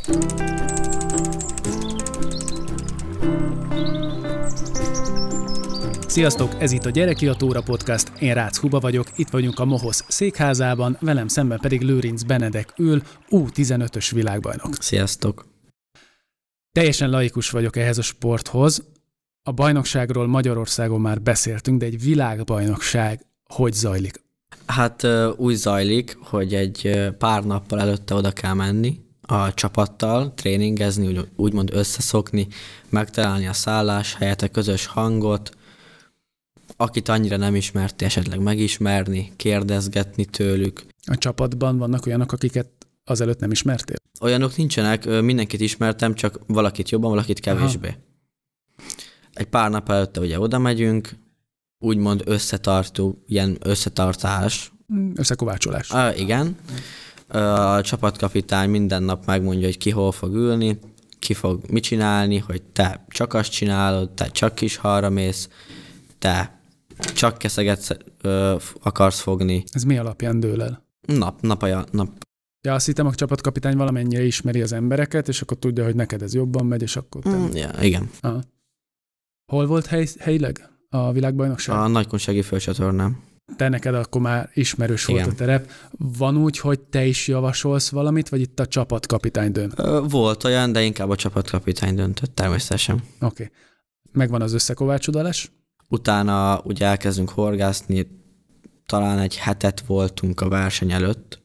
Sziasztok, ez itt a Gyerekiadóra Podcast, én Rácz Huba vagyok, itt vagyunk a Mohosz székházában, velem szemben pedig Lőrinc Benedek ül, U15-ös világbajnok. Sziasztok! Teljesen laikus vagyok ehhez a sporthoz. A bajnokságról Magyarországon már beszéltünk, de egy világbajnokság hogy zajlik? Hát úgy zajlik, hogy egy pár nappal előtte oda kell menni a csapattal, tréningezni, úgymond összeszokni, megtalálni a szálláshelyet, a közös hangot, akit annyira nem ismerti, esetleg megismerni, kérdezgetni tőlük. A csapatban vannak olyanok, akiket azelőtt nem ismertél? Olyanok nincsenek, mindenkit ismertem, csak valakit jobban, valakit kevésbé. Aha. Egy pár nap előtte ugye oda megyünk, úgymond összetartó, ilyen összetartás. Összekovácsolás. Igen. A csapatkapitány minden nap megmondja, hogy ki hol fog ülni, ki fog mit csinálni, hogy te csak azt csinálod, te csak kis halra mész, te csak keszeget akarsz fogni. Ez mi alapján dől el? Nap. Ja, azt hittem, a csapatkapitány valamennyire ismeri az embereket, és akkor tudja, hogy neked ez jobban megy, és akkor te... Igen. Aha. Hol volt helyileg a világbajnokság? A Nagykunsági Főcsatornán. Te neked akkor már ismerős volt a terep. Van úgy, hogy te is javasolsz valamit, vagy itt a csapatkapitány dönt? Volt olyan, de inkább a csapatkapitány döntött, természetesen. Oké. Megvan az összekovácsodálás? Utána ugye elkezdünk horgászni, talán egy hetet voltunk a verseny előtt,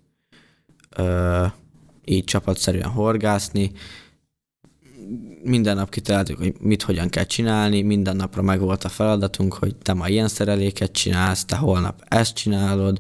így csapatszerűen horgászni. Minden nap kitaláltuk, hogy mit hogyan kell csinálni, minden napra meg volt a feladatunk, hogy te ma ilyen szereléket csinálsz, te holnap ezt csinálod.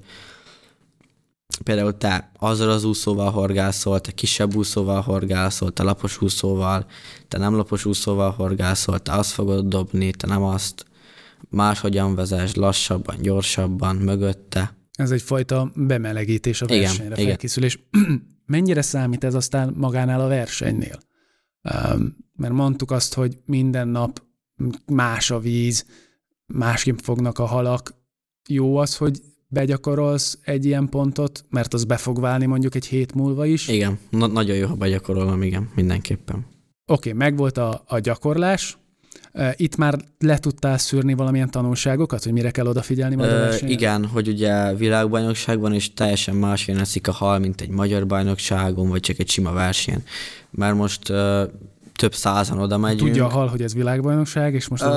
Például te azzal az úszóval horgászol, te kisebb úszóval horgászol, te lapos úszóval, te nem lapos úszóval horgászol, te azt fogod dobni, te nem azt. Máshogyan vezess, lassabban, gyorsabban, mögötte. Ez egyfajta bemelegítés a versenyre, felkészülés. Mennyire számít ez aztán magánál a versenynél? Mert mondtuk azt, hogy minden nap más a víz, másképp fognak a halak. Jó az, hogy begyakorolsz egy ilyen pontot, mert az be fog válni mondjuk egy hét múlva is? Igen, nagyon jó, ha begyakorolom, igen, mindenképpen. Oké, megvolt a gyakorlás. Itt már le tudtál szűrni valamilyen tanulságokat, hogy mire kell odafigyelni majd a versenyen? Igen, hogy ugye világbajnokságban is teljesen másképpen eszik a hal, mint egy magyar bajnokságon, vagy csak egy sima versenyen. Mert most több százan oda megyünk. Tudja a hal, hogy ez világbajnokság, és most...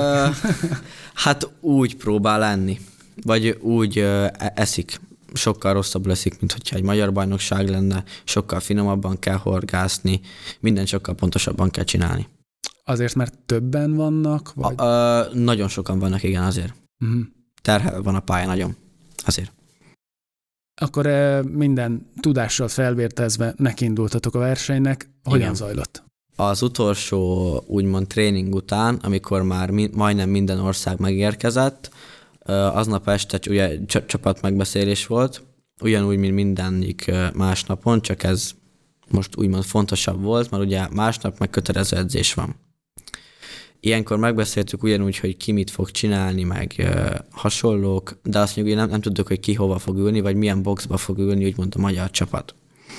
Hát úgy próbál lenni, vagy úgy eszik. Sokkal rosszabbul eszik, mint hogyha egy magyar bajnokság lenne, sokkal finomabban kell horgászni, mindent sokkal pontosabban kell csinálni. Azért, mert többen vannak? Vagy? Nagyon sokan vannak, igen, azért. Terhe van a pálya nagyon, azért. Akkor minden tudással felvértezve nekiindultatok a versenynek. Hogyan zajlott? Az utolsó, úgymond tréning után, amikor már majdnem minden ország megérkezett, aznap este ugye csapat megbeszélés volt, ugyanúgy, mint mindenik másnapon, csak ez most úgymond fontosabb volt, mert ugye másnap meg kötelező edzés van. Ilyenkor megbeszéltük ugyanúgy, hogy ki mit fog csinálni, meg hasonlók, de azt mondjuk, hogy nem tudjuk, hogy ki hova fog ülni, vagy milyen boxba fog ülni, úgymond a magyar csapat.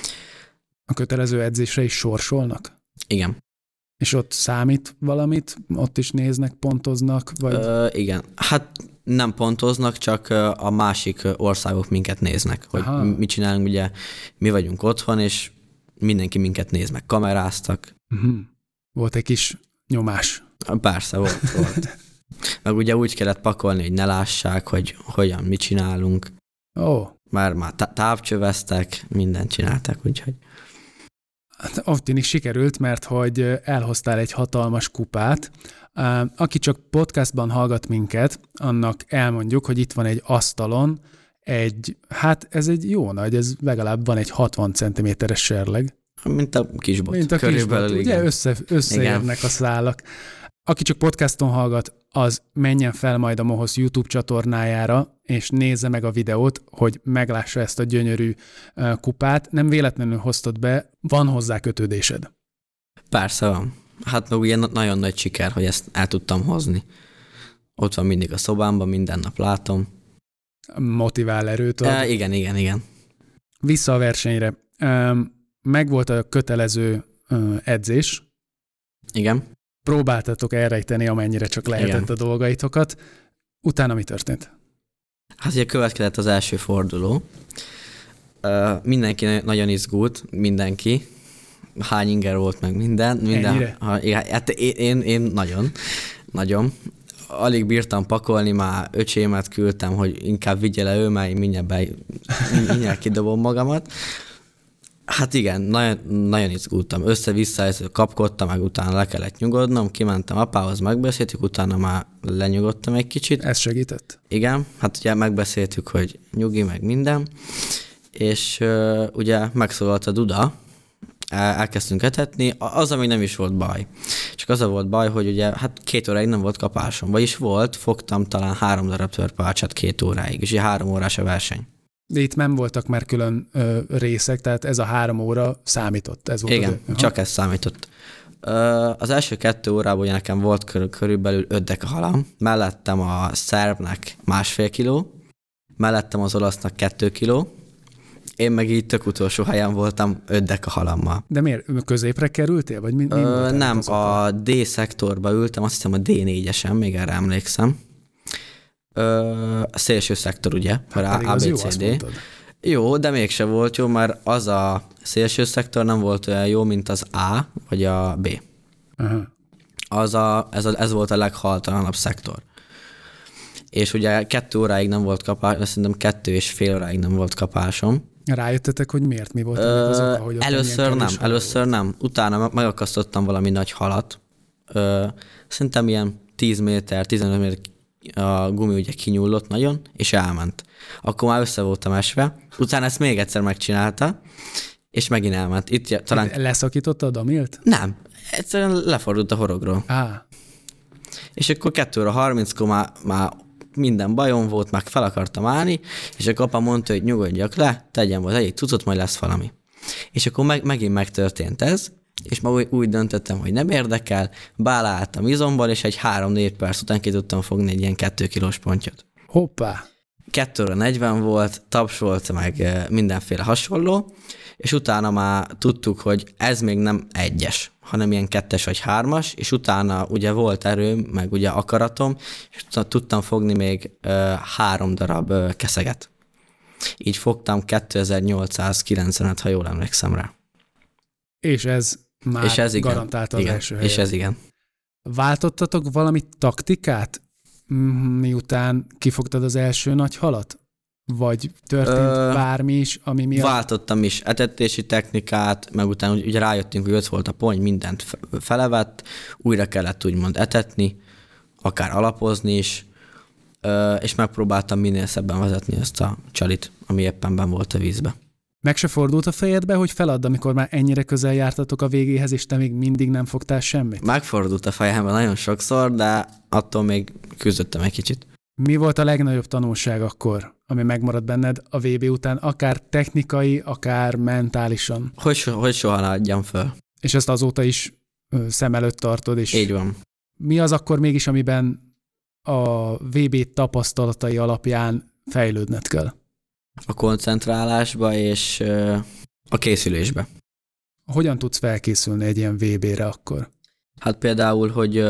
A kötelező edzésre is sorsolnak? Igen. És ott számít valamit? Ott is néznek, pontoznak? Vagy... Igen. Hát nem pontoznak, csak a másik országok minket néznek, hogy mit csinálunk, ugye mi vagyunk otthon, és mindenki minket néz, meg kameráztak. Volt egy kis nyomás. Persze, volt. Meg ugye úgy kellett pakolni, hogy ne lássák, hogy hogyan, mit csinálunk. Már távcsöveztek, mindent csináltak, úgyhogy. Hát ott is sikerült, mert hogy elhoztál egy hatalmas kupát. Aki csak podcastban hallgat minket, annak elmondjuk, hogy itt van egy asztalon ez egy jó nagy, ez legalább van egy 60 cm-es serleg. Mint a kisbot. Mint a kisbot, ugye összeérnek a szálak. Aki csak podcaston hallgat, az menjen fel majd a Mohosz YouTube csatornájára, és nézze meg a videót, hogy meglássa ezt a gyönyörű kupát. Nem véletlenül hoztad be, van hozzá kötődésed. Persze van. Hát meg ugye nagyon nagy siker, hogy ezt el tudtam hozni. Ott van mindig a szobámban, minden nap látom. Motivál erőt ad. Igen. Vissza a versenyre. Megvolt a kötelező edzés. Igen. Próbáltatok elrejteni, amennyire csak lehetett a dolgaitokat. Utána mi történt? Hát ugye következett az első forduló. Mindenki nagyon izgult, mindenki. Hány inger volt meg minden. Hát én nagyon. Alig bírtam pakolni, már öcsémet küldtem, hogy inkább vigye le ő, mert mindjárt kidobom magamat. Hát igen, nagyon izgultam. Össze-vissza kapkodtam, meg utána le kellett nyugodnom, kimentem apához, megbeszéltük, utána már lenyugodtam egy kicsit. Ez segített? Igen, hát ugye megbeszéltük, hogy nyugi, meg minden, és ugye megszólalt a Duda, elkezdtünk etetni, az, ami nem is volt baj. Csak az volt baj, hogy ugye hát 2 óráig nem volt kapásom, vagyis fogtam talán 3 darab törpalcsát 2 óráig, és ugye 3 órás a verseny. De itt nem voltak már külön részek, tehát ez a 3 óra számított. Ez volt. Igen, csak ez számított. Az első 2 órában ugye nekem volt körülbelül 5 deka halam, mellettem a szerbnek 1,5 kiló, mellettem az olasznak 2 kiló, én meg így tök utolsó helyen voltam 5 deka halammal. De miért? Középre kerültél? Vagy mi nem, a D-szektorba ültem, azt hiszem a D4-esen, még erre emlékszem. A szélső szektor, ugye? Hát ABCD. Jó, de mégse volt jó, mert az a szélső szektor nem volt olyan jó, mint az A vagy a B. Uh-huh. Ez volt a leghaltalanabb szektor. És ugye 2 óráig nem volt kapás, szerintem 2,5 óráig nem volt kapásom. Rájöttetek, hogy miért? Mi volt az oka, hogy először nem. Utána megakasztottam valami nagy halat. Szerintem ilyen 10 méter, 15 méter a gumi ugye kinyúlott nagyon, és elment. Akkor már össze voltam esve. Utána ezt még egyszer megcsinálta, és megint elment. Itt talán... Leszakította a damilt? Nem. Egyszerűen lefordult a horogról. És akkor 2 óra 30-kor már minden bajom volt, meg fel akartam állni, és akkor apa mondta, hogy nyugodjak le, tegyem az egyik cuccot, majd lesz valami. És akkor megint megtörtént ez, és ma úgy döntöttem, hogy nem érdekel, bálálltam izomból, és egy 3-4 perc után ki tudtam fogni egy ilyen 2 kilós pontyot. Hoppá! 2 óra 40 volt, taps volt, meg mindenféle hasonló, és utána már tudtuk, hogy ez még nem 1-es, hanem ilyen 2-es vagy 3-as, és utána ugye volt erőm, meg ugye akaratom, és tudtam fogni még 3 darab keszeget. Így fogtam 2895, ha jól emlékszem rá. És ez már garantálta az első helyet. És ez igen. Váltottatok valami taktikát, miután kifogtad az első nagy halat? Vagy történt bármi is, ami miatt? Váltottam is etetési technikát, meg utána ugye rájöttünk, hogy ott volt a pony, mindent felevett, újra kellett úgymond etetni, akár alapozni is, és megpróbáltam minél szebben vezetni ezt a csalit, ami éppen benn volt a vízbe. Meg se fordult a fejedbe, hogy feladd, amikor már ennyire közel jártatok a végéhez, és te még mindig nem fogtál semmit? Megfordult a fejembe nagyon sokszor, de attól még küzdöttem egy kicsit. Mi volt a legnagyobb tanulság akkor, ami megmaradt benned a VB után, akár technikai, akár mentálisan? Hogy soha ne adjam föl. És ezt azóta is szem előtt tartod? És így van. Mi az akkor mégis, amiben a VB tapasztalatai alapján fejlődned kell? A koncentrálásba és a készülésbe. Hogyan tudsz felkészülni egy ilyen VB-re akkor? Hát például, hogy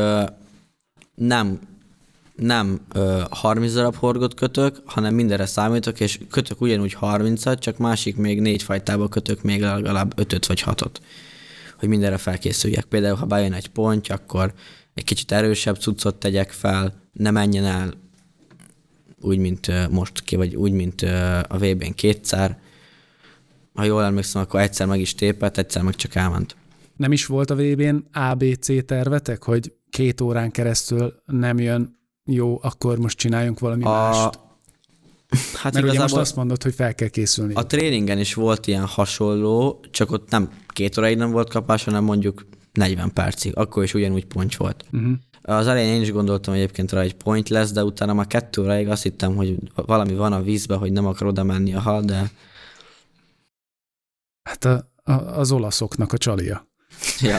nem 30 darab horgot kötök, hanem mindenre számítok, és kötök ugyanúgy 30-at, csak másik még 4 fajtába kötök még legalább 5-öt vagy 6-ot, hogy mindenre felkészüljek. Például, ha bejön egy ponty, akkor egy kicsit erősebb cuccot tegyek fel, ne menjen el úgy, mint most ki, vagy úgy, mint a VB-n 2-szer. Ha jól emlékszem, akkor egyszer meg is tépett, egyszer meg csak elment. Nem is volt a VB-n ABC tervetek, hogy 2 órán keresztül nem jön jó, akkor most csináljunk valami mást? Hát mert ugye most azt mondod, hogy fel kell készülni. A tréningen is volt ilyen hasonló, csak ott nem 2 óráig nem volt kapás, hanem mondjuk 40 percig. Akkor is ugyanúgy ponty volt. Uh-huh. Az elején én is gondoltam, hogy egyébként rá egy point lesz, de utána már 2 óráig azt hittem, hogy valami van a vízben, hogy nem akar oda menni a hal, de... Hát az olaszoknak a csalia. Ja.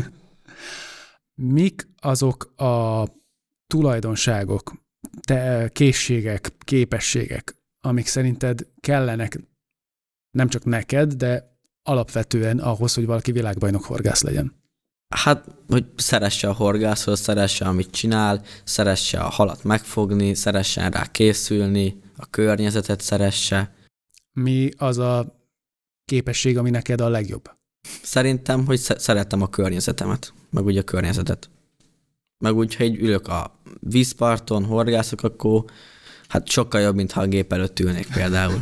Mik azok a tulajdonságok, készségek, képességek, amik szerinted kellenek nem csak neked, de alapvetően ahhoz, hogy valaki világbajnok horgász legyen? Hát, hogy szeresse a horgászhoz, szeresse, amit csinál, szeresse a halat megfogni, szeressen rá készülni, a környezetet szeresse. Mi az a képesség, ami neked a legjobb? Szerintem, hogy szeretem a környezetemet, meg úgy a környezetet. Meg úgy, ha így ülök a vízparton, horgászok, akkor hát sokkal jobb, mintha a gép előtt ülnék például.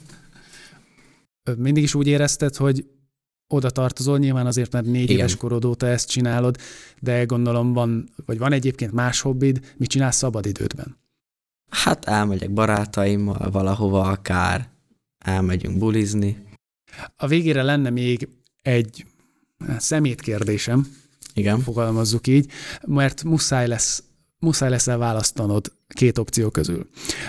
Mindig is úgy érezted, hogy oda tartozol, nyilván azért, mert 4 éves korod óta ezt csinálod, de gondolom van egyébként más hobbid, mit csinálsz szabadidődben? Hát elmegyek barátaimmal valahova akár, elmegyünk bulizni. A végére lenne még egy szemétkérdésem, igen, fogalmazzuk így, mert muszáj lesz elválasztanod 2 opció közül.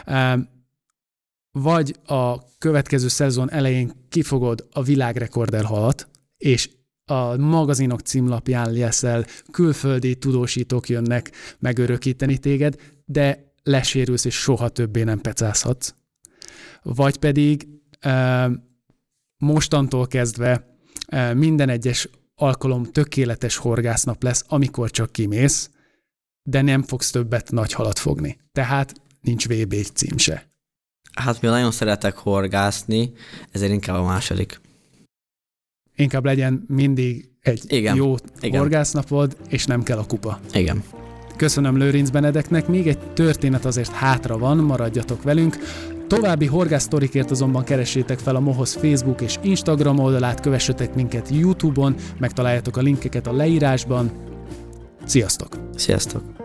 Vagy a következő szezon elején kifogod a világrekorder halat, és a magazinok címlapján leszel, külföldi tudósítók jönnek megörökíteni téged, de lesérülsz, és soha többé nem pecázhatsz. Vagy pedig mostantól kezdve minden egyes alkalom tökéletes horgásznap lesz, amikor csak kimész, de nem fogsz többet nagy halat fogni. Tehát nincs VB cím se. Hát mivel nagyon szeretek horgászni, ezért inkább a második. Inkább legyen mindig egy jó horgásznapod, és nem kell a kupa. Igen. Köszönöm Lőrinc Benedeknek, még egy történet azért hátra van, maradjatok velünk. További horgászsztorikért azonban keressétek fel a Mohoz Facebook és Instagram oldalát, kövessetek minket YouTube-on, megtaláljátok a linkeket a leírásban. Sziasztok! Sziasztok!